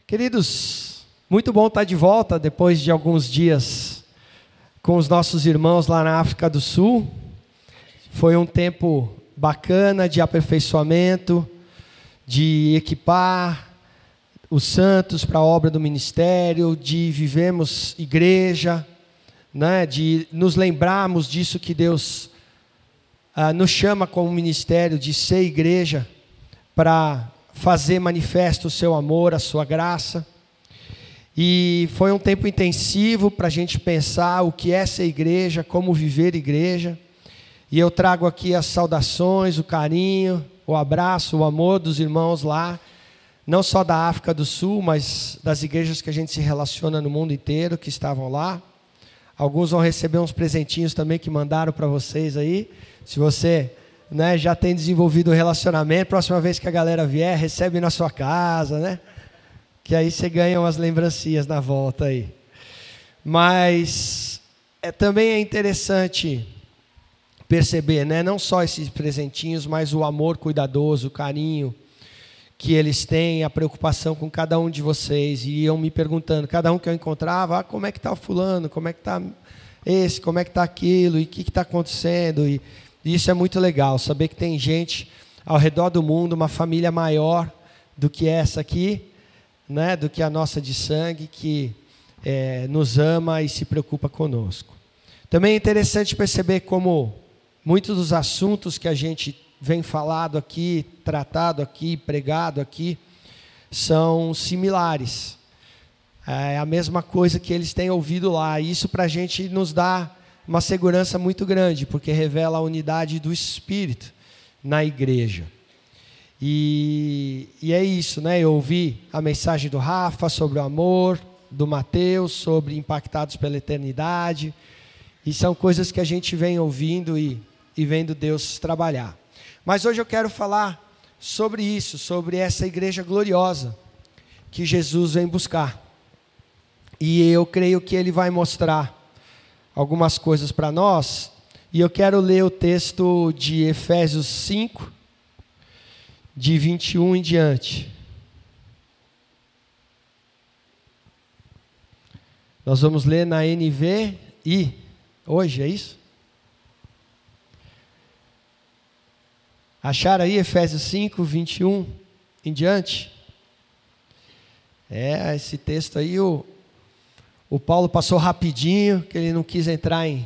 Queridos, muito bom estar de volta depois de alguns dias com os nossos irmãos lá na África do Sul. Foi um tempo bacana de aperfeiçoamento, de equipar os santos para a obra do ministério, de vivermos igreja, né, de nos lembrarmos disso que Deus nos chama como ministério, de ser igreja, para fazer manifesto o seu amor, a sua graça. E foi um tempo intensivo para a gente pensar o que é ser igreja, como viver igreja. E eu trago aqui as saudações, o carinho, o abraço, o amor dos irmãos lá, não só da África do Sul, mas das igrejas que a gente se relaciona no mundo inteiro, que estavam lá. Alguns vão receber uns presentinhos também que mandaram para vocês aí. Se você, né, já tem desenvolvido o relacionamento, próxima vez que a galera vier, recebe na sua casa, né? Que aí você ganha umas lembrancinhas na volta aí. Mas também é interessante perceber, né, não só esses presentinhos, mas o amor cuidadoso, o carinho que eles têm, a preocupação com cada um de vocês. E iam me perguntando, cada um que eu encontrava, como é que está o fulano, como é que está esse, como é que está aquilo, e o que está acontecendo. E isso é muito legal, saber que tem gente ao redor do mundo, uma família maior do que essa aqui, né, do que a nossa de sangue, que nos ama e se preocupa conosco. Também é interessante perceber como muitos dos assuntos que a gente vem falado aqui, tratado aqui, pregado aqui, são similares. É a mesma coisa que eles têm ouvido lá. E isso para a gente nos dá uma segurança muito grande, porque revela a unidade do Espírito na igreja. E é isso, né? Eu ouvi a mensagem do Rafa sobre o amor, do Mateus, sobre impactados pela eternidade. E são coisas que a gente vem ouvindo e vendo Deus trabalhar. Mas hoje eu quero falar sobre isso, sobre essa igreja gloriosa que Jesus vem buscar. E eu creio que Ele vai mostrar algumas coisas para nós. E eu quero ler o texto de Efésios 5, de 21 em diante. Nós vamos ler na NVI hoje, é isso? Acharam aí Efésios 5, 21 em diante? Esse texto aí o Paulo passou rapidinho, que ele não quis entrar em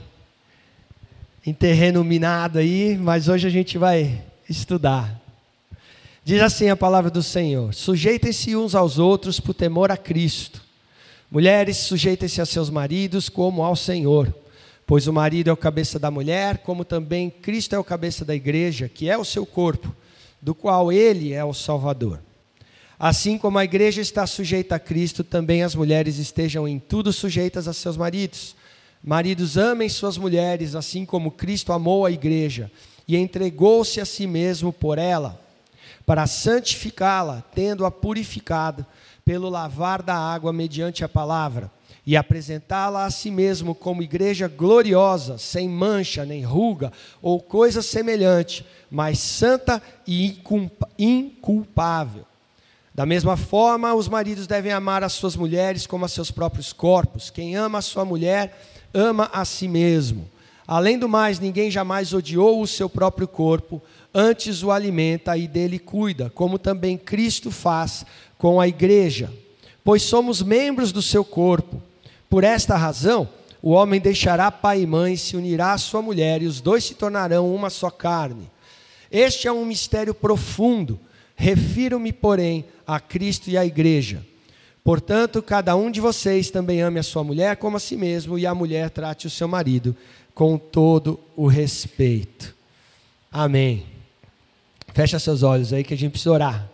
terreno minado aí, mas hoje a gente vai estudar. Diz assim a palavra do Senhor: sujeitem-se uns aos outros por temor a Cristo. Mulheres, sujeitem-se a seus maridos como ao Senhor. Pois o marido é o cabeça da mulher, como também Cristo é o cabeça da igreja, que é o seu corpo, do qual Ele é o Salvador. Assim como a igreja está sujeita a Cristo, também as mulheres estejam em tudo sujeitas a seus maridos. Maridos, amem suas mulheres, assim como Cristo amou a igreja e entregou-se a si mesmo por ela, para santificá-la, tendo-a purificado pelo lavar da água mediante a palavra, e apresentá-la a si mesmo como igreja gloriosa, sem mancha, nem ruga, ou coisa semelhante, mas santa e inculpável. Da mesma forma, os maridos devem amar as suas mulheres como a seus próprios corpos. Quem ama a sua mulher, ama a si mesmo. Além do mais, ninguém jamais odiou o seu próprio corpo, antes o alimenta e dele cuida, como também Cristo faz com a igreja, pois somos membros do seu corpo. Por esta razão, o homem deixará pai e mãe, se unirá à sua mulher, e os dois se tornarão uma só carne. Este é um mistério profundo. Refiro-me, porém, a Cristo e à igreja. Portanto, cada um de vocês também ame a sua mulher como a si mesmo, e a mulher trate o seu marido com todo o respeito. Amém. Fecha seus olhos aí que a gente precisa orar.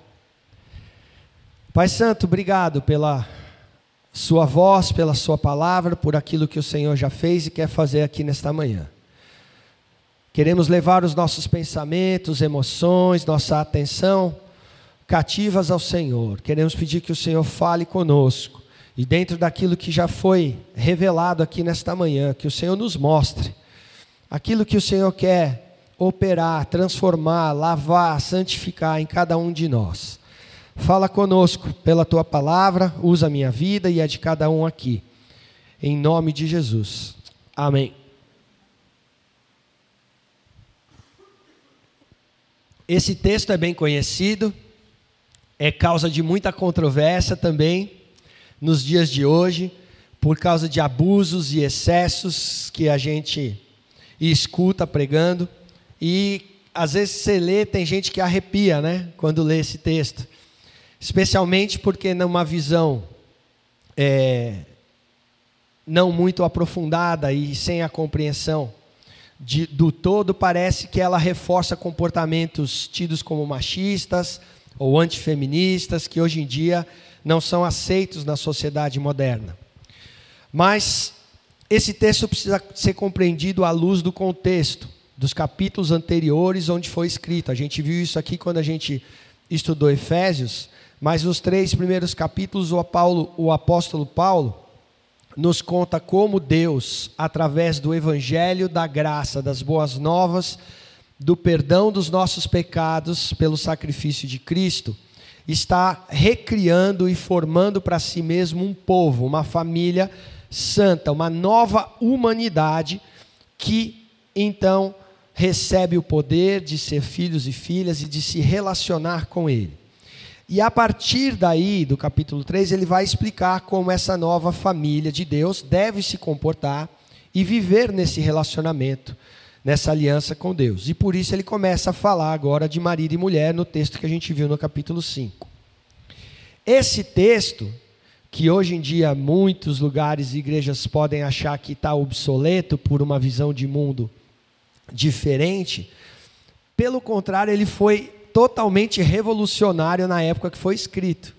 Pai Santo, obrigado pela sua voz, pela sua palavra, por aquilo que o Senhor já fez e quer fazer aqui nesta manhã. Queremos levar os nossos pensamentos, emoções, nossa atenção cativas ao Senhor. Queremos pedir que o Senhor fale conosco e dentro daquilo que já foi revelado aqui nesta manhã, que o Senhor nos mostre aquilo que o Senhor quer operar, transformar, lavar, santificar em cada um de nós. Fala conosco pela tua palavra, usa a minha vida e a de cada um aqui. Em nome de Jesus. Amém. Esse texto é bem conhecido, é causa de muita controvérsia também nos dias de hoje, por causa de abusos e excessos que a gente escuta pregando. E às vezes você lê, tem gente que arrepia, né, quando lê esse texto. Especialmente porque numa visão não muito aprofundada e sem a compreensão do todo, parece que ela reforça comportamentos tidos como machistas ou antifeministas, que hoje em dia não são aceitos na sociedade moderna. Mas esse texto precisa ser compreendido à luz do contexto, dos capítulos anteriores onde foi escrito. A gente viu isso aqui quando a gente estudou Efésios, mas nos 3 primeiros capítulos o apóstolo Paulo nos conta como Deus, através do evangelho da graça, das boas novas, do perdão dos nossos pecados pelo sacrifício de Cristo, está recriando e formando para si mesmo um povo, uma família santa, uma nova humanidade que então recebe o poder de ser filhos e filhas e de se relacionar com Ele. E a partir daí, do capítulo 3, ele vai explicar como essa nova família de Deus deve se comportar e viver nesse relacionamento, nessa aliança com Deus. E por isso ele começa a falar agora de marido e mulher no texto que a gente viu no capítulo 5. Esse texto, que hoje em dia muitos lugares e igrejas podem achar que está obsoleto por uma visão de mundo diferente, pelo contrário, ele foi totalmente revolucionário na época que foi escrito.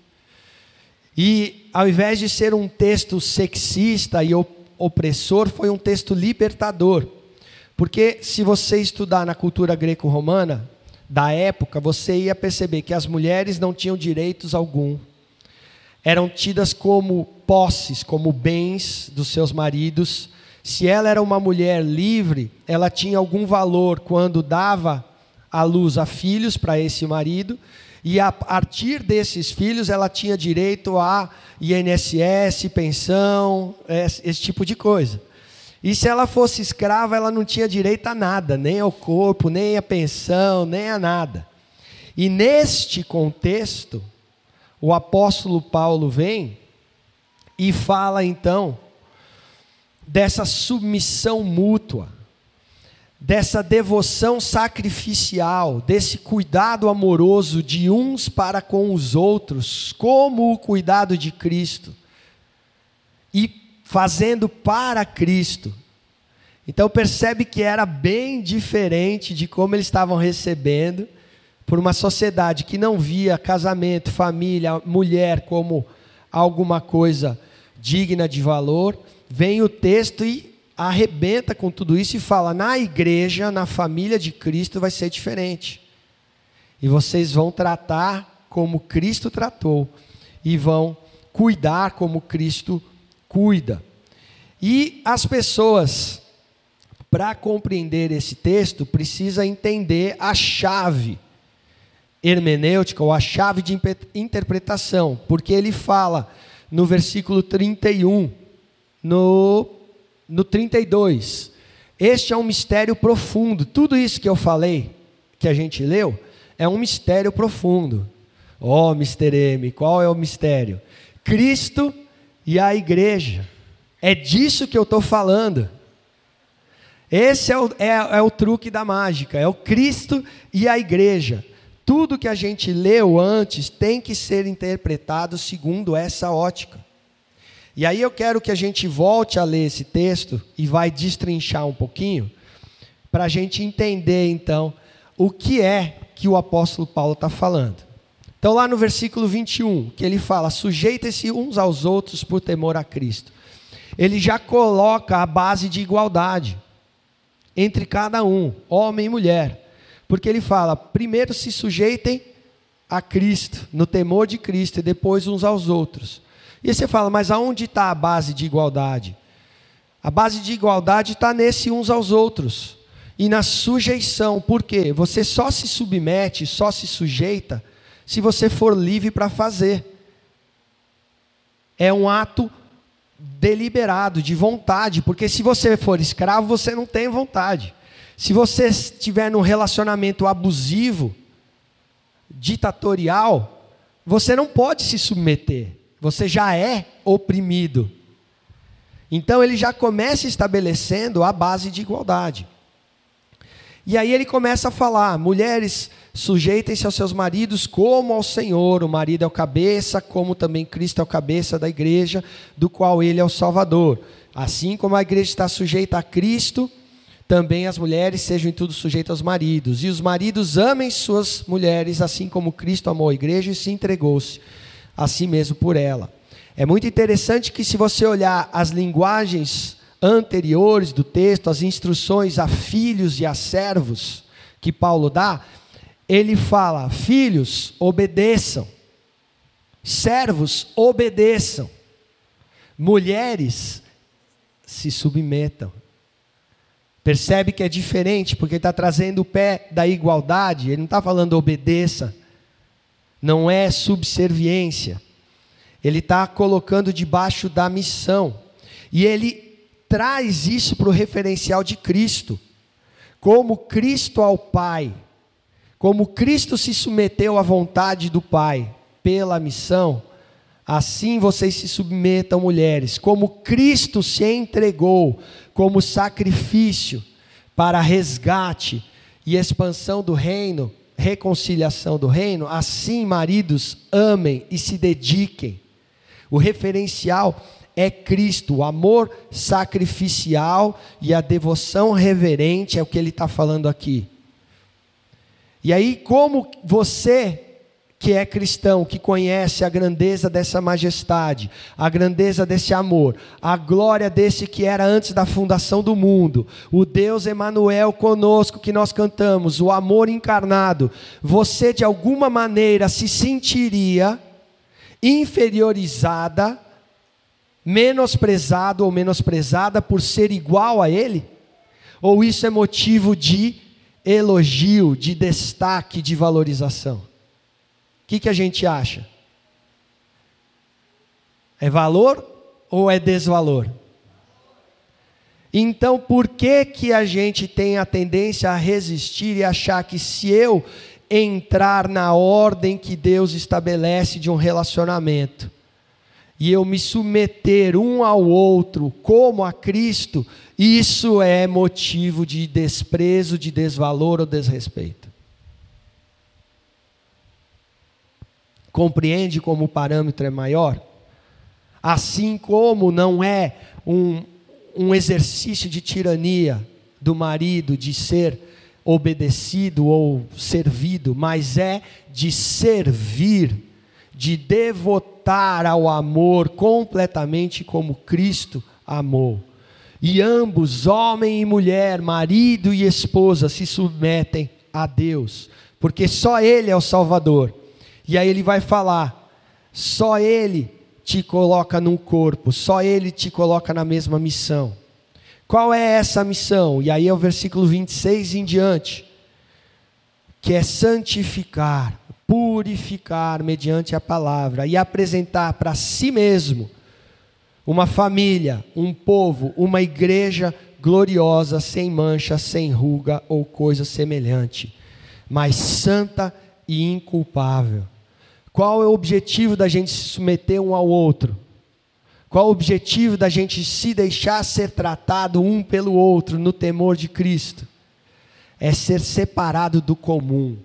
E ao invés de ser um texto sexista e opressor, foi um texto libertador. Porque se você estudar na cultura greco-romana da época, você ia perceber que as mulheres não tinham direitos algum. Eram tidas como posses, como bens dos seus maridos. Se ela era uma mulher livre, ela tinha algum valor quando dava à luz a filhos para esse marido, e a partir desses filhos ela tinha direito a INSS, pensão, esse tipo de coisa. E se ela fosse escrava, ela não tinha direito a nada, nem ao corpo, nem à pensão, nem a nada. E neste contexto, o apóstolo Paulo vem e fala então dessa submissão mútua, dessa devoção sacrificial, desse cuidado amoroso de uns para com os outros, como o cuidado de Cristo, e fazendo para Cristo. Então percebe que era bem diferente de como eles estavam recebendo, por uma sociedade que não via casamento, família, mulher como alguma coisa digna de valor. Vem o texto e arrebenta com tudo isso e fala: na igreja, na família de Cristo vai ser diferente. E vocês vão tratar como Cristo tratou. E vão cuidar como Cristo cuida. E as pessoas, para compreender esse texto, precisam entender a chave hermenêutica, ou a chave de interpretação. Porque ele fala no versículo 31, no 32, este é um mistério profundo. Tudo isso que eu falei, que a gente leu, é um mistério profundo. Oh, Mr. M, qual é o mistério? Cristo e a igreja. É disso que eu estou falando. Esse é o truque da mágica, é o Cristo e a igreja. Tudo que a gente leu antes tem que ser interpretado segundo essa ótica. E aí eu quero que a gente volte a ler esse texto e vai destrinchar um pouquinho, para a gente entender então o que é que o apóstolo Paulo está falando. Então lá no versículo 21, que ele fala: sujeitem-se uns aos outros por temor a Cristo. Ele já coloca a base de igualdade entre cada um, homem e mulher. Porque ele fala: primeiro se sujeitem a Cristo, no temor de Cristo, e depois uns aos outros. E aí você fala: mas aonde está a base de igualdade? A base de igualdade está nesse uns aos outros e na sujeição. Por quê? Você só se submete, só se sujeita se você for livre para fazer. É um ato deliberado, de vontade, porque se você for escravo, você não tem vontade. Se você estiver num relacionamento abusivo, ditatorial, você não pode se submeter, você já é oprimido. Então ele já começa estabelecendo a base de igualdade. E aí ele começa a falar: mulheres, sujeitem-se aos seus maridos como ao Senhor. O marido é o cabeça, como também Cristo é o cabeça da igreja, do qual ele é o Salvador. Assim como a igreja está sujeita a Cristo, também as mulheres sejam em tudo sujeitas aos maridos. E os maridos amem suas mulheres, assim como Cristo amou a igreja e se entregou-se a si mesmo por ela. É muito interessante que, se você olhar as linguagens anteriores do texto, as instruções a filhos e a servos que Paulo dá, ele fala: filhos, obedeçam, servos, obedeçam, mulheres, se submetam. Percebe que é diferente, porque ele está trazendo o pé da igualdade, ele não está falando obedeça, não é subserviência, ele está colocando debaixo da missão, e ele traz isso para o referencial de Cristo, como Cristo ao Pai, como Cristo se submeteu à vontade do Pai pela missão, assim vocês se submetam, mulheres, como Cristo se entregou como sacrifício para resgate e expansão do reino, reconciliação do reino, assim maridos, amem e se dediquem. O referencial é Cristo, o amor sacrificial e a devoção reverente, é o que ele está falando aqui. E aí, como você que é cristão, que conhece a grandeza dessa majestade, a grandeza desse amor, a glória desse que era antes da fundação do mundo, o Deus Emanuel conosco que nós cantamos, o amor encarnado, você de alguma maneira se sentiria inferiorizada, menosprezado ou menosprezada por ser igual a Ele? Ou isso é motivo de elogio, de destaque, de valorização? O que a gente acha? É valor ou é desvalor? Então, por que a gente tem a tendência a resistir e achar que, se eu entrar na ordem que Deus estabelece de um relacionamento, e eu me submeter um ao outro como a Cristo, isso é motivo de desprezo, de desvalor ou desrespeito? Compreende como o parâmetro é maior? Assim como não é um exercício de tirania do marido de ser obedecido ou servido, mas é de servir, de devotar ao amor completamente como Cristo amou. E ambos, homem e mulher, marido e esposa, se submetem a Deus, porque só Ele é o Salvador. E aí ele vai falar: só Ele te coloca num corpo, só Ele te coloca na mesma missão. Qual é essa missão? E aí é o versículo 26 em diante, que é santificar, purificar mediante a palavra e apresentar para si mesmo uma família, um povo, uma igreja gloriosa, sem mancha, sem ruga ou coisa semelhante, mas santa e inculpável. Qual é o objetivo da gente se submeter um ao outro? Qual o objetivo da gente se deixar ser tratado um pelo outro no temor de Cristo? É ser separado do comum,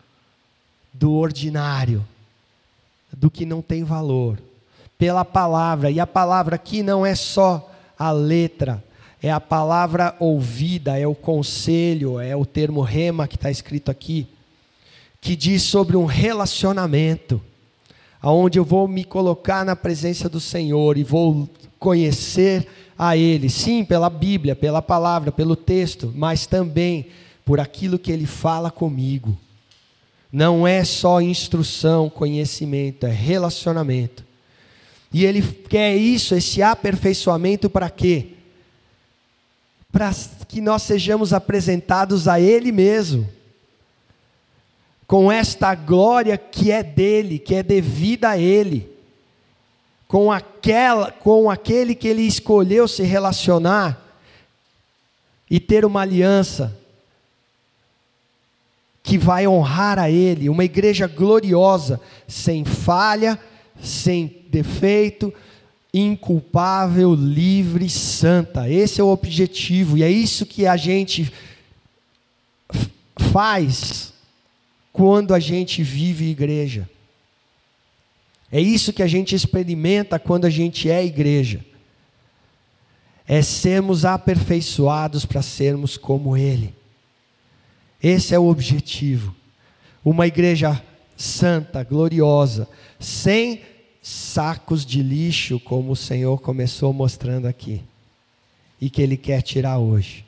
do ordinário, do que não tem valor, pela palavra. E a palavra aqui não é só a letra, é a palavra ouvida, é o conselho, é o termo rema que está escrito aqui, que diz sobre um relacionamento, onde eu vou me colocar na presença do Senhor e vou conhecer a Ele, sim, pela Bíblia, pela palavra, pelo texto, mas também por aquilo que Ele fala comigo. Não é só instrução, conhecimento, é relacionamento. E Ele quer isso, esse aperfeiçoamento para quê? Para que nós sejamos apresentados a Ele mesmo. com esta glória que é dele, que é devida a ele, com aquele que ele escolheu se relacionar e ter uma aliança que vai honrar a ele, uma igreja gloriosa, sem falha, sem defeito, inculpável, livre, santa. Esse é o objetivo, e é isso que a gente faz quando a gente vive igreja. É isso que a gente experimenta quando a gente é igreja. É sermos aperfeiçoados para sermos como Ele. Esse é o objetivo. Uma igreja santa, gloriosa, sem sacos de lixo, como o Senhor começou mostrando aqui, e que Ele quer tirar hoje.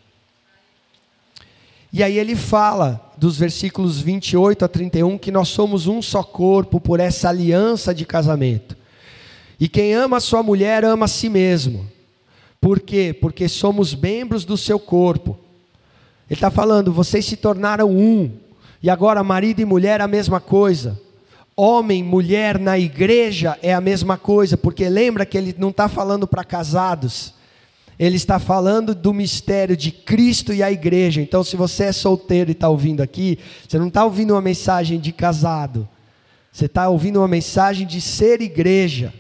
E aí ele fala, dos versículos 28 a 31, que nós somos um só corpo por essa aliança de casamento. E quem ama a sua mulher ama a si mesmo. Por quê? Porque somos membros do seu corpo. Ele está falando, vocês se tornaram um, e agora marido e mulher é a mesma coisa. Homem, mulher na igreja é a mesma coisa, porque lembra que ele não está falando para casados. Ele está falando do mistério de Cristo e a igreja. Então, se você é solteiro e está ouvindo aqui, você não está ouvindo uma mensagem de casado. Você está ouvindo uma mensagem de ser igreja.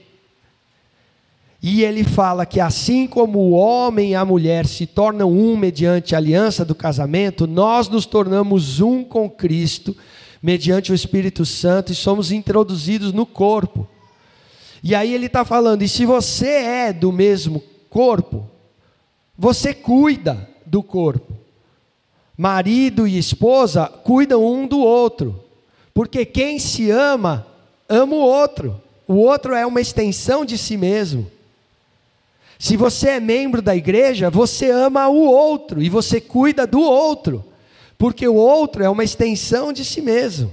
E ele fala que assim como o homem e a mulher se tornam um mediante a aliança do casamento, nós nos tornamos um com Cristo, mediante o Espírito Santo, e somos introduzidos no corpo. E aí ele está falando, e se você é do mesmo corpo, você cuida do corpo. Marido e esposa cuidam um do outro. Porque quem se ama, ama o outro. O outro é uma extensão de si mesmo. Se você é membro da igreja, você ama o outro e você cuida do outro. Porque o outro é uma extensão de si mesmo.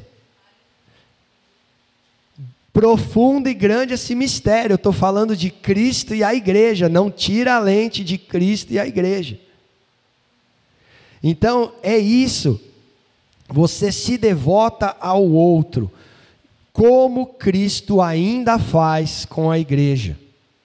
Profundo e grande esse mistério. Eu estou falando de Cristo e a igreja. Não tira a lente de Cristo e a igreja. Então é isso. Você se devota ao outro, como Cristo ainda faz com a igreja.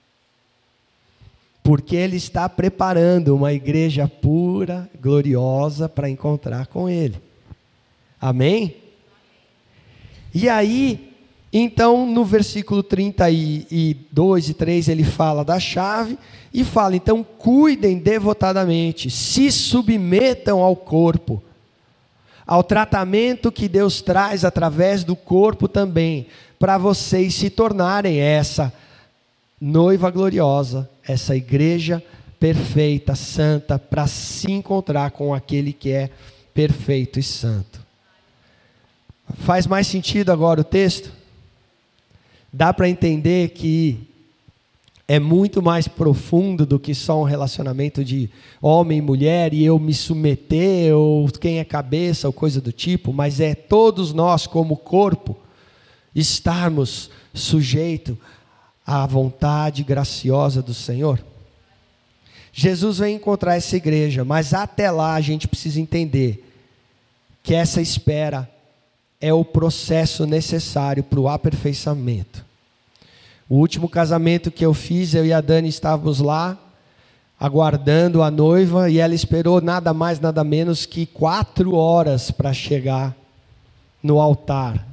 Porque Ele está preparando uma igreja pura, gloriosa, para encontrar com Ele. Amém? E aí, então, no versículo 32 e 3, ele fala da chave, e fala, então, cuidem devotadamente, se submetam ao corpo, ao tratamento que Deus traz através do corpo também, para vocês se tornarem essa noiva gloriosa, essa igreja perfeita, santa, para se encontrar com aquele que é perfeito e santo. Faz mais sentido agora o texto? Dá para entender que é muito mais profundo do que só um relacionamento de homem e mulher, e eu me submeter, ou quem é cabeça, ou coisa do tipo, mas é todos nós como corpo, estarmos sujeitos à vontade graciosa do Senhor. Jesus vem encontrar essa igreja, mas até lá a gente precisa entender que essa espera é o processo necessário para o aperfeiçoamento. O último casamento que eu fiz, eu e a Dani estávamos lá, aguardando a noiva, e ela esperou nada mais, nada menos que 4 horas para chegar no altar.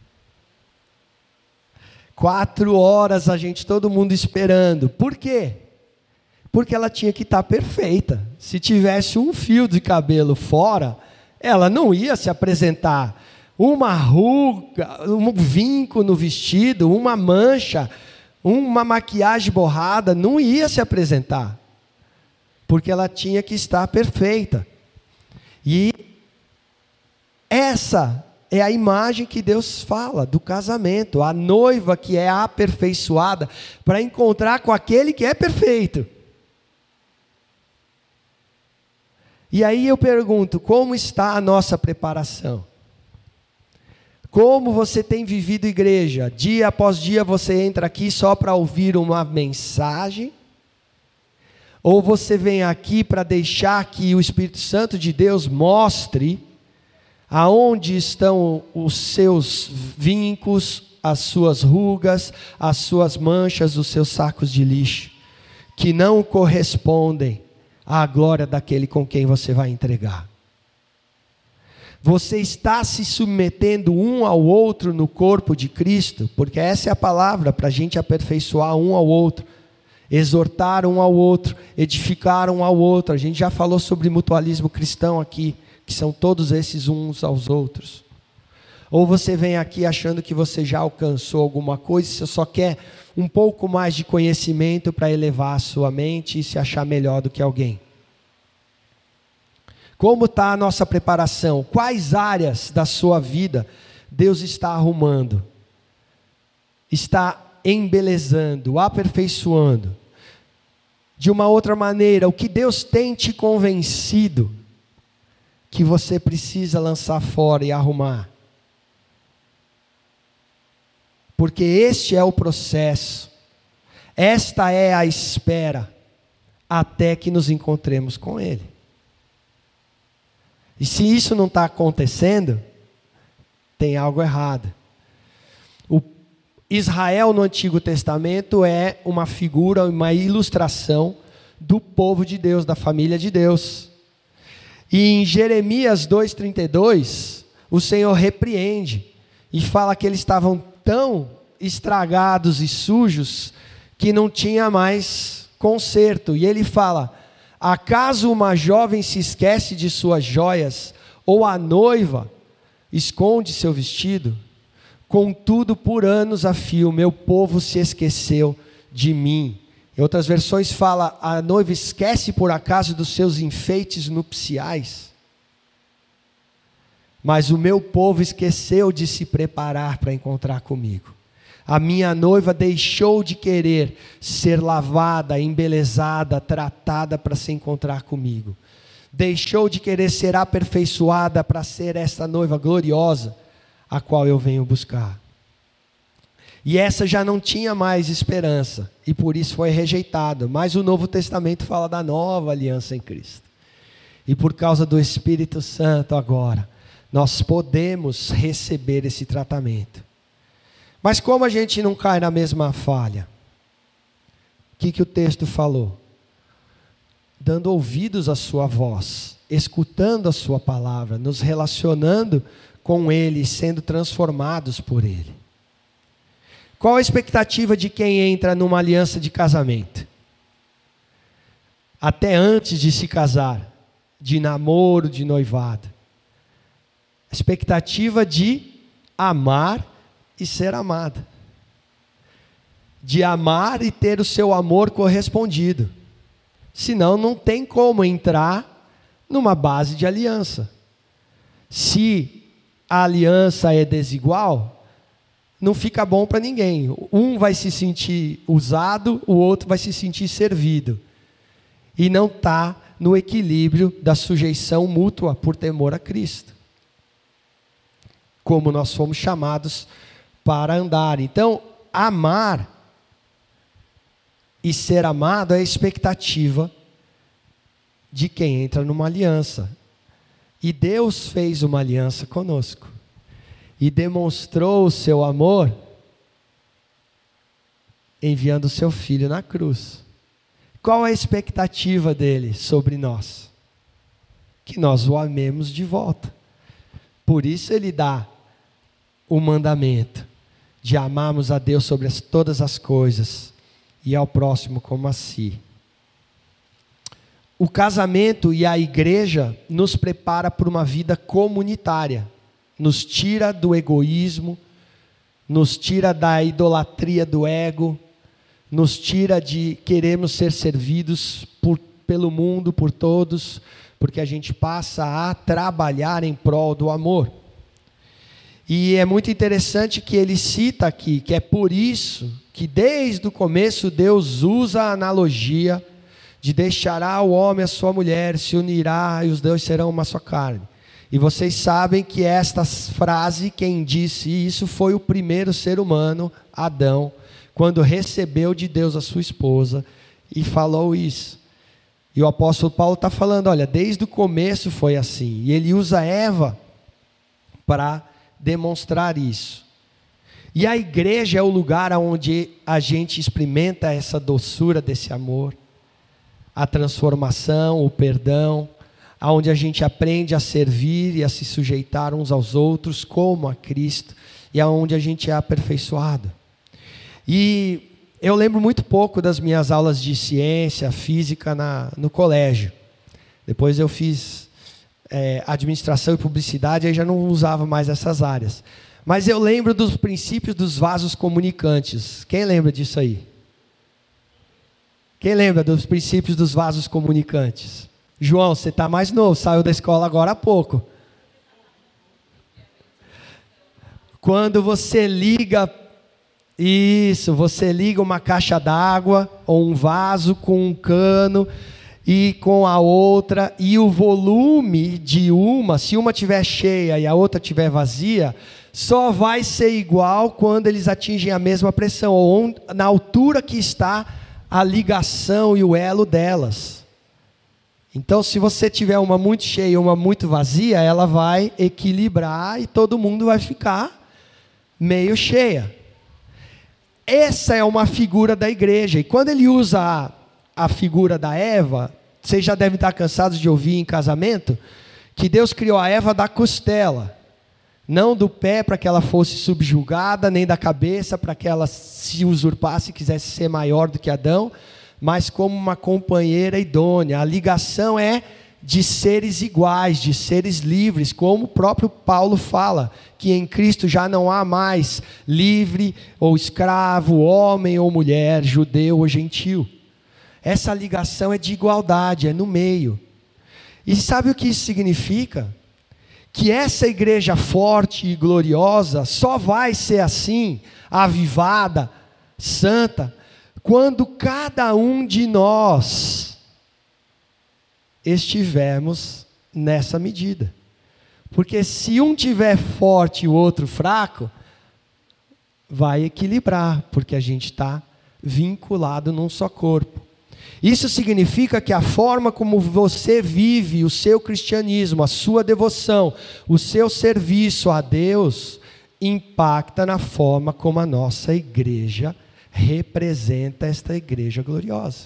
4 horas todo mundo esperando. Por quê? Porque ela tinha que estar perfeita. Se tivesse um fio de cabelo fora, ela não ia se apresentar. Uma ruga, um vinco no vestido, uma mancha, uma maquiagem borrada, não ia se apresentar. Porque ela tinha que estar perfeita. E essa é a imagem que Deus fala do casamento, a noiva que é aperfeiçoada para encontrar com aquele que é perfeito. E aí eu pergunto, como está a nossa preparação? Como você tem vivido igreja? Dia após dia você entra aqui só para ouvir uma mensagem? Ou você vem aqui para deixar que o Espírito Santo de Deus mostre Aonde estão os seus vincos, as suas rugas, as suas manchas, os seus sacos de lixo, que não correspondem à glória daquele com quem você vai entregar? Você está se submetendo um ao outro no corpo de Cristo? Porque essa é a palavra para a gente aperfeiçoar um ao outro, exortar um ao outro, edificar um ao outro. A gente já falou sobre mutualismo cristão aqui, que são todos esses uns aos outros. Ou você vem aqui achando que você já alcançou alguma coisa, você só quer um pouco mais de conhecimento para elevar a sua mente e se achar melhor do que alguém. Como está a nossa preparação? Quais áreas da sua vida Deus está arrumando? Está embelezando, aperfeiçoando? De uma outra maneira, o que Deus tem te convencido que você precisa lançar fora e arrumar? Porque este é o processo, esta é a espera, até que nos encontremos com Ele. E se isso não está acontecendo, tem algo errado. O Israel no Antigo Testamento é uma figura, uma ilustração do povo de Deus, da família de Deus. E em Jeremias 2,32, o Senhor repreende e fala que eles estavam tão estragados e sujos que não tinha mais conserto. E ele fala: acaso uma jovem se esquece de suas joias, ou a noiva esconde seu vestido? Contudo, por anos a fio, meu povo se esqueceu de mim. Em outras versões fala: a noiva esquece por acaso dos seus enfeites nupciais? Mas o meu povo esqueceu de se preparar para encontrar comigo. A minha noiva deixou de querer ser lavada, embelezada, tratada para se encontrar comigo. Deixou de querer ser aperfeiçoada para ser essa noiva gloriosa, a qual eu venho buscar. E essa já não tinha mais esperança, e por isso foi rejeitada. Mas o Novo Testamento fala da nova aliança em Cristo. E por causa do Espírito Santo agora, nós podemos receber esse tratamento. Mas como a gente não cai na mesma falha? O que o texto falou? Dando ouvidos à sua voz, escutando a sua palavra, nos relacionando com Ele, sendo transformados por Ele. Qual a expectativa de quem entra numa aliança de casamento? Até antes de se casar, de namoro, de noivado. A expectativa de amar e ser amada. De amar e ter o seu amor correspondido. Senão não tem como entrar numa base de aliança. Se a aliança é desigual, não fica bom para ninguém. Um vai se sentir usado, o outro vai se sentir servido. E não está no equilíbrio da sujeição mútua por temor a Cristo. Como nós fomos chamados para andar. Então, amar e ser amado é a expectativa de quem entra numa aliança. E Deus fez uma aliança conosco. E demonstrou o seu amor enviando o seu Filho na cruz. Qual a expectativa dele sobre nós? Que nós o amemos de volta. Por isso ele dá o mandamento de amarmos a Deus sobre todas as coisas e ao próximo como a si. O casamento e a igreja nos prepara para uma vida comunitária, nos tira do egoísmo, nos tira da idolatria do ego, nos tira de queremos ser servidos pelo mundo, por todos, porque a gente passa a trabalhar em prol do amor. E é muito interessante que ele cita aqui, que é por isso que desde o começo Deus usa a analogia de deixará o homem a sua mulher, se unirá e os dois serão uma só carne. E vocês sabem que esta frase, quem disse isso foi o primeiro ser humano, Adão, quando recebeu de Deus a sua esposa e falou isso. E o apóstolo Paulo está falando, olha, desde o começo foi assim. E ele usa Eva para demonstrar isso. E a igreja é o lugar onde a gente experimenta essa doçura desse amor, a transformação, o perdão, onde a gente aprende a servir e a se sujeitar uns aos outros como a Cristo, e aonde a gente é aperfeiçoado. E eu lembro muito pouco das minhas aulas de ciência, física no colégio. Depois eu fiz administração e publicidade, aí já não usava mais essas áreas. Mas eu lembro dos princípios dos vasos comunicantes. Quem lembra disso aí? Quem lembra dos princípios dos vasos comunicantes? João, você está mais novo, saiu da escola agora há pouco. Quando você liga, você liga uma caixa d'água ou um vaso com um cano e com a outra, e o volume de se uma estiver cheia e a outra estiver vazia, só vai ser igual quando eles atingem a mesma pressão, ou na altura que está a ligação e o elo delas. Então, se você tiver uma muito cheia e uma muito vazia, ela vai equilibrar e todo mundo vai ficar meio cheia. Essa é uma figura da igreja. E quando ele usa a figura da Eva, vocês já devem estar cansados de ouvir em casamento, que Deus criou a Eva da costela. Não do pé para que ela fosse subjugada, nem da cabeça para que ela se usurpasse e quisesse ser maior do que Adão, mas como uma companheira idônea. A ligação é de seres iguais, de seres livres, como o próprio Paulo fala, que em Cristo já não há mais livre ou escravo, homem ou mulher, judeu ou gentil. Essa ligação é de igualdade, é no meio. E sabe o que isso significa? Que essa igreja forte e gloriosa só vai ser assim, avivada, santa, quando cada um de nós estivermos nessa medida. Porque se um tiver forte e o outro fraco, vai equilibrar, porque a gente está vinculado num só corpo. Isso significa que a forma como você vive o seu cristianismo, a sua devoção, o seu serviço a Deus, impacta na forma como a nossa igreja representa esta igreja gloriosa.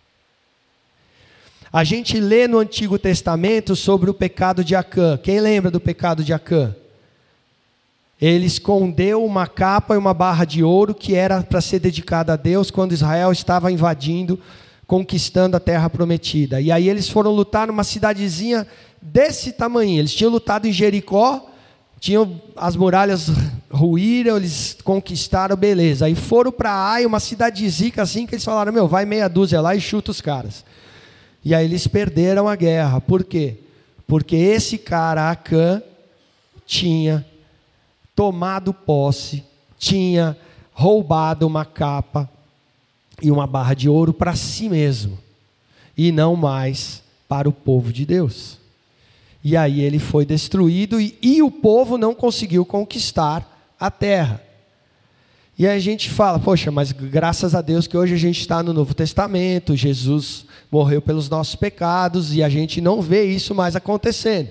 A gente lê no Antigo Testamento sobre o pecado de Acã. Quem lembra do pecado de Acã? Ele escondeu uma capa e uma barra de ouro que era para ser dedicada a Deus quando Israel estava invadindo, conquistando a terra prometida. E aí eles foram lutar numa cidadezinha desse tamanho. Eles tinham lutado em Jericó, as muralhas ruíram, eles conquistaram, beleza. Aí foram para Ai, uma cidadezinha assim, que eles falaram, vai meia dúzia lá e chuta os caras. E aí eles perderam a guerra. Por quê? Porque esse cara, Acã, tinha tomado posse, tinha roubado uma capa e uma barra de ouro para si mesmo, e não mais para o povo de Deus. E aí ele foi destruído, e o povo não conseguiu conquistar a terra. E aí a gente fala, poxa, mas graças a Deus que hoje a gente está no Novo Testamento, Jesus morreu pelos nossos pecados, e a gente não vê isso mais acontecendo.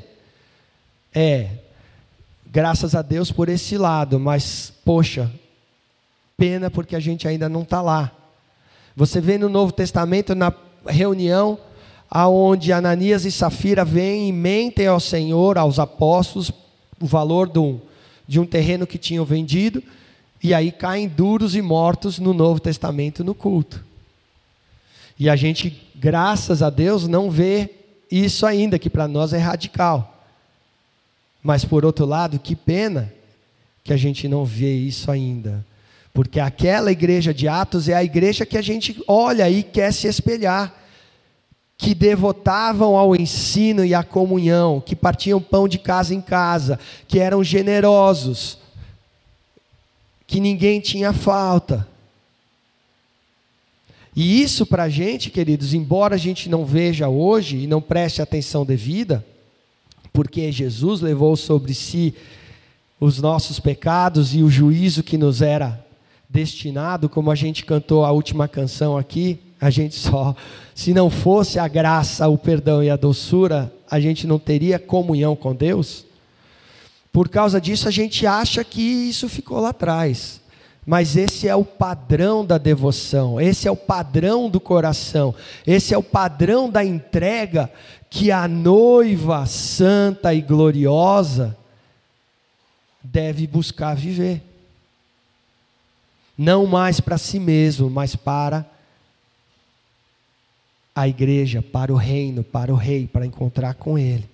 Graças a Deus por esse lado, mas, poxa, pena porque a gente ainda não está lá. Você vê no Novo Testamento, na reunião, aonde Ananias e Safira vêm e mentem ao Senhor, aos apóstolos, o valor de um terreno que tinham vendido, e aí caem duros e mortos no Novo Testamento no culto. E a gente, graças a Deus, não vê isso ainda, que para nós é radical. Mas por outro lado, que pena que a gente não vê isso ainda. Porque aquela igreja de Atos é a igreja que a gente olha e quer se espelhar, que devotavam ao ensino e à comunhão, que partiam pão de casa em casa, que eram generosos, que ninguém tinha falta. E isso para a gente, queridos, embora a gente não veja hoje e não preste atenção devida, porque Jesus levou sobre si os nossos pecados e o juízo que nos era destinado, como a gente cantou a última canção aqui, a gente se não fosse a graça, o perdão e a doçura, a gente não teria comunhão com Deus. Por causa disso a gente acha que isso ficou lá atrás. Mas esse é o padrão da devoção, esse é o padrão do coração, esse é o padrão da entrega que a noiva santa e gloriosa deve buscar viver. Não mais para si mesmo, mas para a igreja, para o reino, para o rei, para encontrar com ele.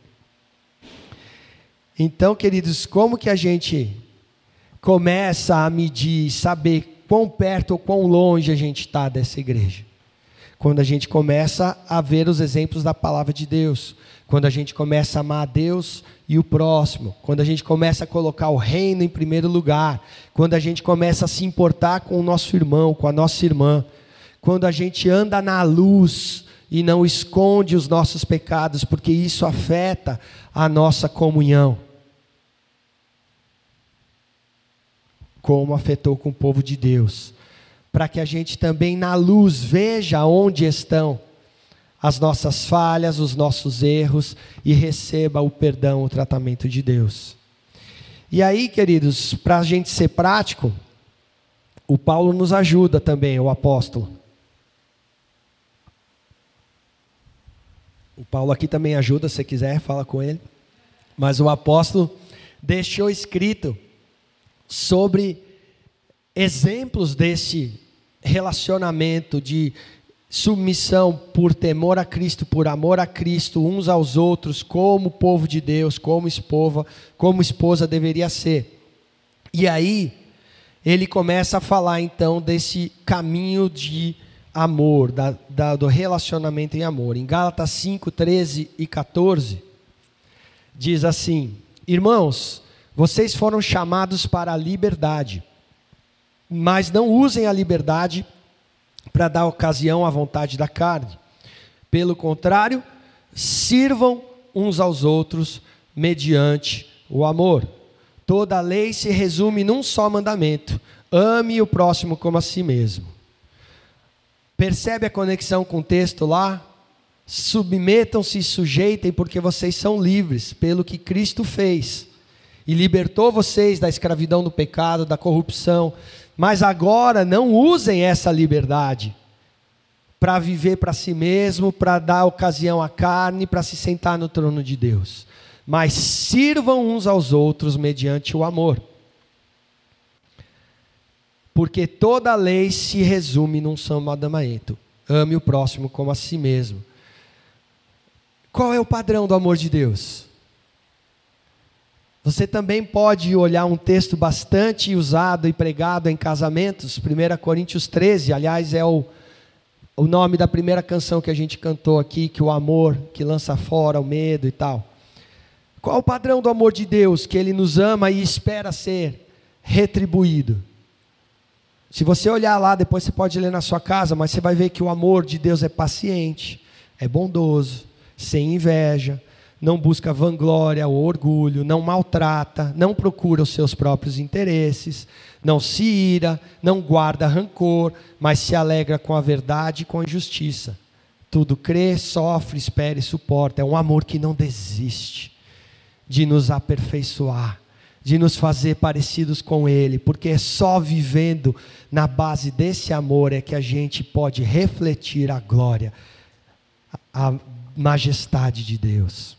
Então, queridos, como que a gente começa a medir, saber quão perto ou quão longe a gente está dessa igreja? Quando a gente começa a ver os exemplos da palavra de Deus, quando a gente começa a amar a Deus e o próximo, quando a gente começa a colocar o reino em primeiro lugar, quando a gente começa a se importar com o nosso irmão, com a nossa irmã, quando a gente anda na luz e não esconde os nossos pecados, porque isso afeta a nossa comunhão, como afetou com o povo de Deus, para que a gente também na luz veja onde estão as nossas falhas, os nossos erros, e receba o perdão, o tratamento de Deus. E aí, queridos, para a gente ser prático, o Paulo nos ajuda também, o apóstolo. O Paulo aqui também ajuda, se você quiser, fala com ele. Mas o apóstolo deixou escrito sobre exemplos desse relacionamento de submissão por temor a Cristo, por amor a Cristo, uns aos outros, como povo de Deus, como esposa deveria ser. E aí, ele começa a falar então desse caminho de amor, do relacionamento em amor. Em Gálatas 5, 13 e 14, diz assim: irmãos, vocês foram chamados para a liberdade, mas não usem a liberdade para dar ocasião à vontade da carne. Pelo contrário, sirvam uns aos outros mediante o amor. Toda a lei se resume num só mandamento: ame o próximo como a si mesmo. Percebe a conexão com o texto lá? Submetam-se e sujeitem, porque vocês são livres pelo que Cristo fez e libertou vocês da escravidão do pecado, da corrupção. Mas agora não usem essa liberdade para viver para si mesmo, para dar ocasião à carne, para se sentar no trono de Deus. Mas sirvam uns aos outros mediante o amor. Porque toda a lei se resume num só mandamento: ame o próximo como a si mesmo. Qual é o padrão do amor de Deus? Você também pode olhar um texto bastante usado e pregado em casamentos, 1 Coríntios 13, aliás é o nome da primeira canção que a gente cantou aqui, que o amor que lança fora o medo e tal. Qual o padrão do amor de Deus? Que Ele nos ama e espera ser retribuído. Se você olhar lá, depois você pode ler na sua casa, mas você vai ver que o amor de Deus é paciente, é bondoso, sem inveja, não busca vanglória ou orgulho, não maltrata, não procura os seus próprios interesses, não se ira, não guarda rancor, mas se alegra com a verdade e com a justiça. Tudo crê, sofre, espera e suporta. É um amor que não desiste de nos aperfeiçoar, de nos fazer parecidos com Ele, porque é só vivendo na base desse amor é que a gente pode refletir a glória, a majestade de Deus.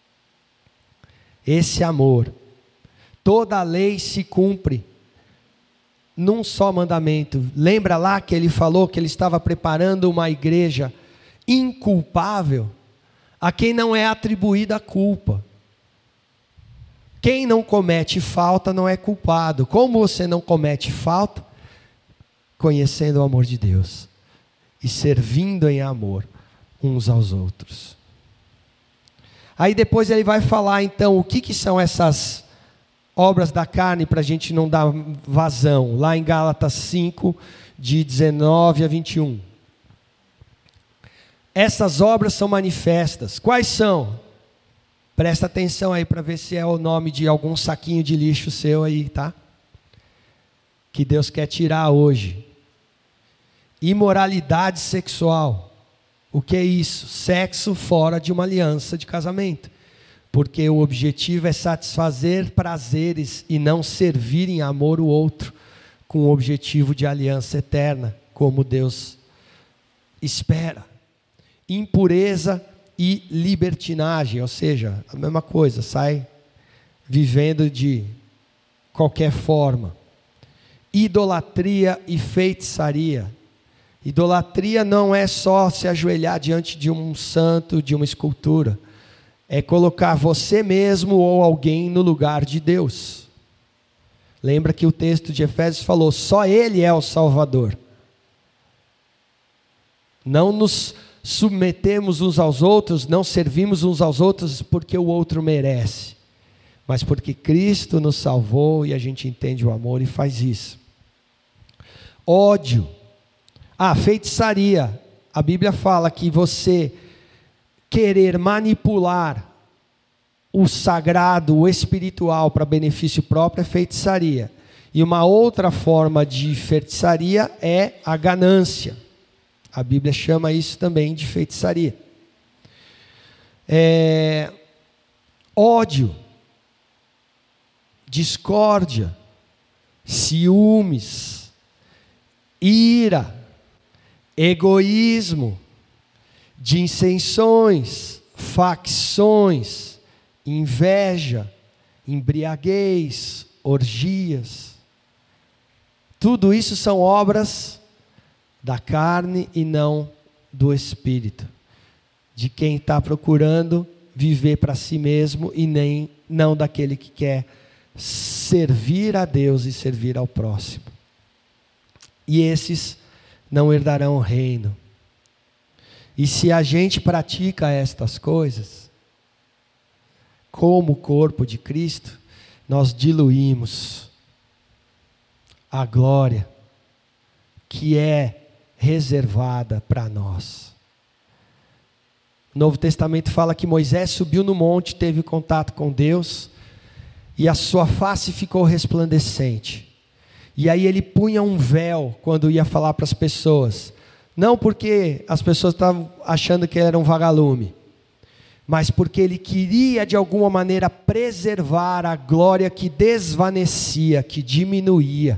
Esse amor, toda a lei se cumpre num só mandamento. Lembra lá que ele falou que ele estava preparando uma igreja inculpável, a quem não é atribuída a culpa. Quem não comete falta não é culpado. Como você não comete falta? Conhecendo o amor de Deus e servindo em amor uns aos outros. Aí depois ele vai falar então o que são essas obras da carne, para a gente não dar vazão, lá em Gálatas 5, de 19 a 21. Essas obras são manifestas. Quais são? Presta atenção aí para ver se é o nome de algum saquinho de lixo seu aí, tá? Que Deus quer tirar hoje. Imoralidade sexual. O que é isso? Sexo fora de uma aliança de casamento. porque o objetivo é satisfazer prazeres e não servir em amor o outro, com o objetivo de aliança eterna, como Deus espera. Impureza e libertinagem, ou seja, a mesma coisa, sai vivendo de qualquer forma. Idolatria e feitiçaria. Idolatria não é só se ajoelhar diante de um santo, de uma escultura. É colocar você mesmo ou alguém no lugar de Deus. Lembra que o texto de Efésios falou, só Ele é o Salvador. Não nos submetemos uns aos outros, não servimos uns aos outros porque o outro merece, mas porque Cristo nos salvou e a gente entende o amor e faz isso. Ódio. Feitiçaria. A Bíblia fala que você querer manipular o sagrado, o espiritual para benefício próprio é feitiçaria. E uma outra forma de feitiçaria é a ganância. A Bíblia chama isso também de feitiçaria. Ódio, discórdia, ciúmes, ira, egoísmo, dissensões, facções, inveja, embriaguez, orgias. Tudo isso são obras da carne e não do Espírito, de quem está procurando viver para si mesmo e não daquele que quer servir a Deus e servir ao próximo. E esses não herdarão o reino. E se a gente pratica estas coisas, como o corpo de Cristo, nós diluímos a glória que é reservada para nós. O Novo Testamento fala que Moisés subiu no monte, teve contato com Deus, e a sua face ficou resplandecente. E aí ele punha um véu quando ia falar para as pessoas. Não porque as pessoas estavam achando que ele era um vagalume, mas porque ele queria de alguma maneira preservar a glória que desvanecia, que diminuía.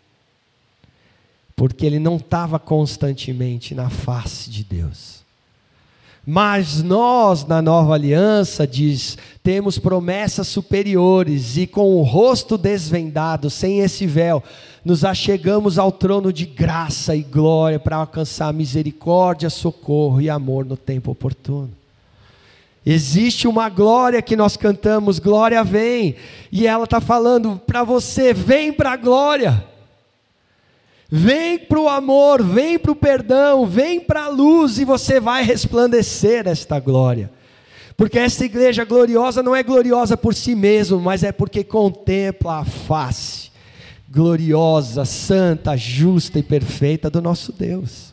Porque ele não estava constantemente na face de Deus. Mas nós, na nova aliança, temos promessas superiores, e com o rosto desvendado, sem esse véu, nos achegamos ao trono de graça e glória para alcançar misericórdia, socorro e amor no tempo oportuno. Existe uma glória que nós cantamos, glória vem, e ela está falando para você, vem para a glória. Vem para o amor, vem para o perdão, vem para a luz, e você vai resplandecer esta glória. Porque essa igreja gloriosa não é gloriosa por si mesma, mas é porque contempla a face gloriosa, santa, justa e perfeita do nosso Deus.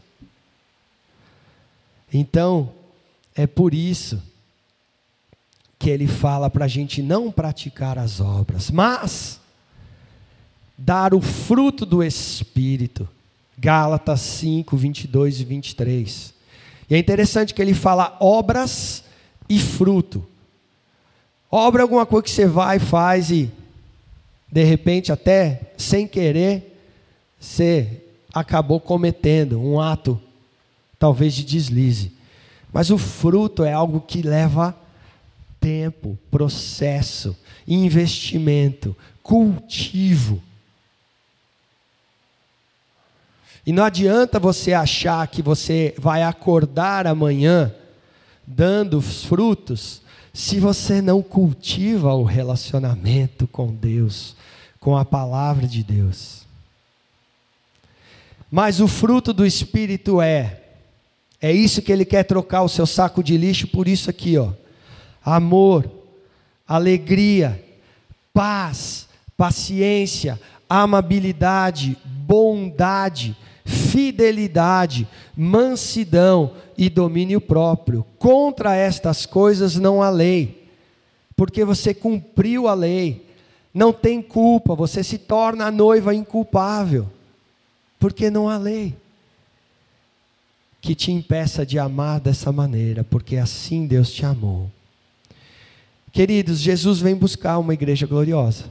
Então, é por isso que ele fala para a gente não praticar as obras, mas dar o fruto do Espírito. Gálatas 5, 22 e 23. E é interessante que ele fala obras e fruto. Obra é alguma coisa que você vai, faz e de repente até sem querer você acabou cometendo um ato talvez de deslize. Mas o fruto é algo que leva tempo, processo, investimento, cultivo. E não adianta você achar que você vai acordar amanhã dando frutos, se você não cultiva o relacionamento com Deus, com a palavra de Deus. Mas o fruto do Espírito é isso que ele quer trocar o seu saco de lixo por isso aqui, ó. Amor, alegria, paz, paciência, amabilidade, bondade, fidelidade, mansidão e domínio próprio. Contra estas coisas não há lei, porque você cumpriu a lei, não tem culpa, você se torna a noiva inculpável, porque não há lei que te impeça de amar dessa maneira, porque assim Deus te amou. Queridos, Jesus vem buscar uma igreja gloriosa.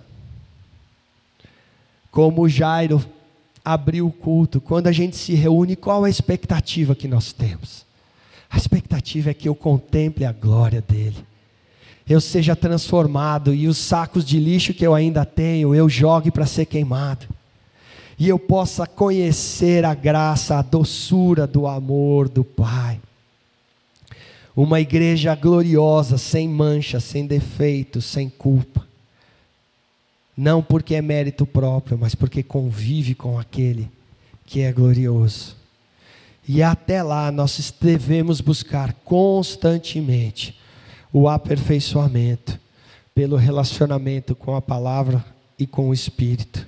Como Jairo abriu o culto, quando a gente se reúne, qual a expectativa que nós temos? A expectativa é que eu contemple a glória dele, eu seja transformado e os sacos de lixo que eu ainda tenho, eu jogue para ser queimado, e eu possa conhecer a graça, a doçura do amor do Pai. Uma igreja gloriosa, sem mancha, sem defeito, sem culpa. Não porque é mérito próprio, mas porque convive com aquele que é glorioso. E até lá nós devemos buscar constantemente o aperfeiçoamento pelo relacionamento com a palavra e com o Espírito.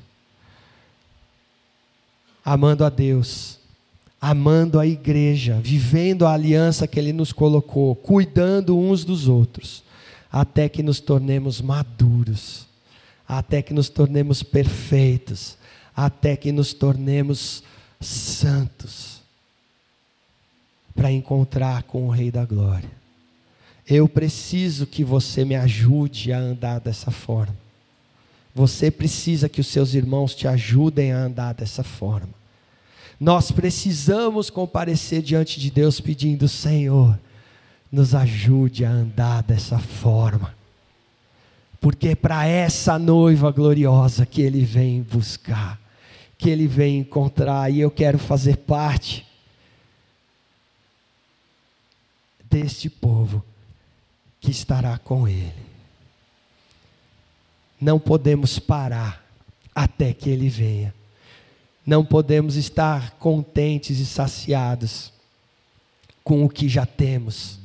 Amando a Deus, amando a igreja, vivendo a aliança que Ele nos colocou, cuidando uns dos outros, até que nos tornemos maduros, até que nos tornemos perfeitos, até que nos tornemos santos, para encontrar com o Rei da Glória. Eu preciso que você me ajude a andar dessa forma. Você precisa que os seus irmãos te ajudem a andar dessa forma. Nós precisamos comparecer diante de Deus pedindo: Senhor, nos ajude a andar dessa forma. Porque é para essa noiva gloriosa que Ele vem buscar, que Ele vem encontrar, e eu quero fazer parte deste povo que estará com Ele. Não podemos parar até que Ele venha. Não podemos estar contentes e saciados com o que já temos.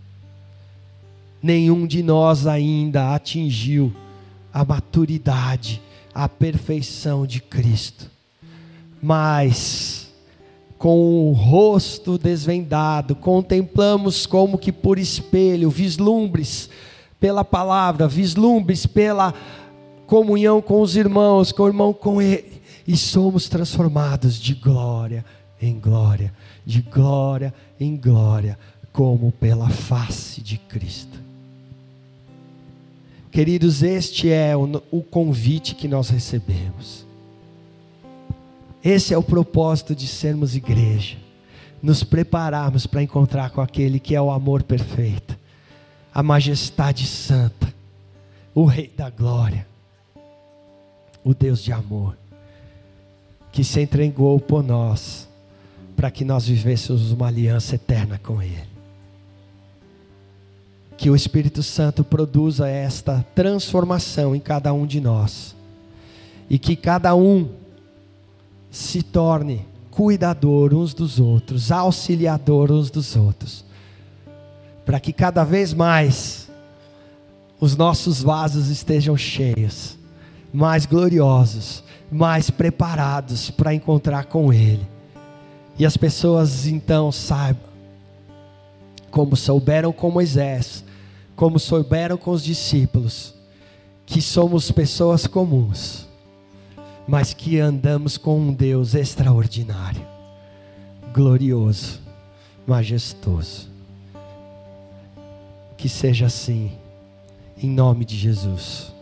Nenhum de nós ainda atingiu a maturidade, a perfeição de Cristo. Mas, com o rosto desvendado, contemplamos como que por espelho, vislumbres pela palavra, vislumbres pela comunhão com os irmãos, com o irmão com Ele. E somos transformados de glória em glória, de glória em glória, como pela face de Cristo. Queridos, este é o convite que nós recebemos. Esse é o propósito de sermos igreja. Nos prepararmos para encontrar com aquele que é o amor perfeito, a majestade santa, o Rei da Glória, o Deus de amor, que se entregou por nós, para que nós vivêssemos uma aliança eterna com Ele. Que o Espírito Santo produza esta transformação em cada um de nós, e que cada um se torne cuidador uns dos outros, auxiliador uns dos outros, para que cada vez mais os nossos vasos estejam cheios, mais gloriosos, mais preparados para encontrar com Ele. E as pessoas então saibam, como souberam com Moisés, como souberam com os discípulos, que somos pessoas comuns, mas que andamos com um Deus extraordinário, glorioso, majestoso. Que seja assim, em nome de Jesus.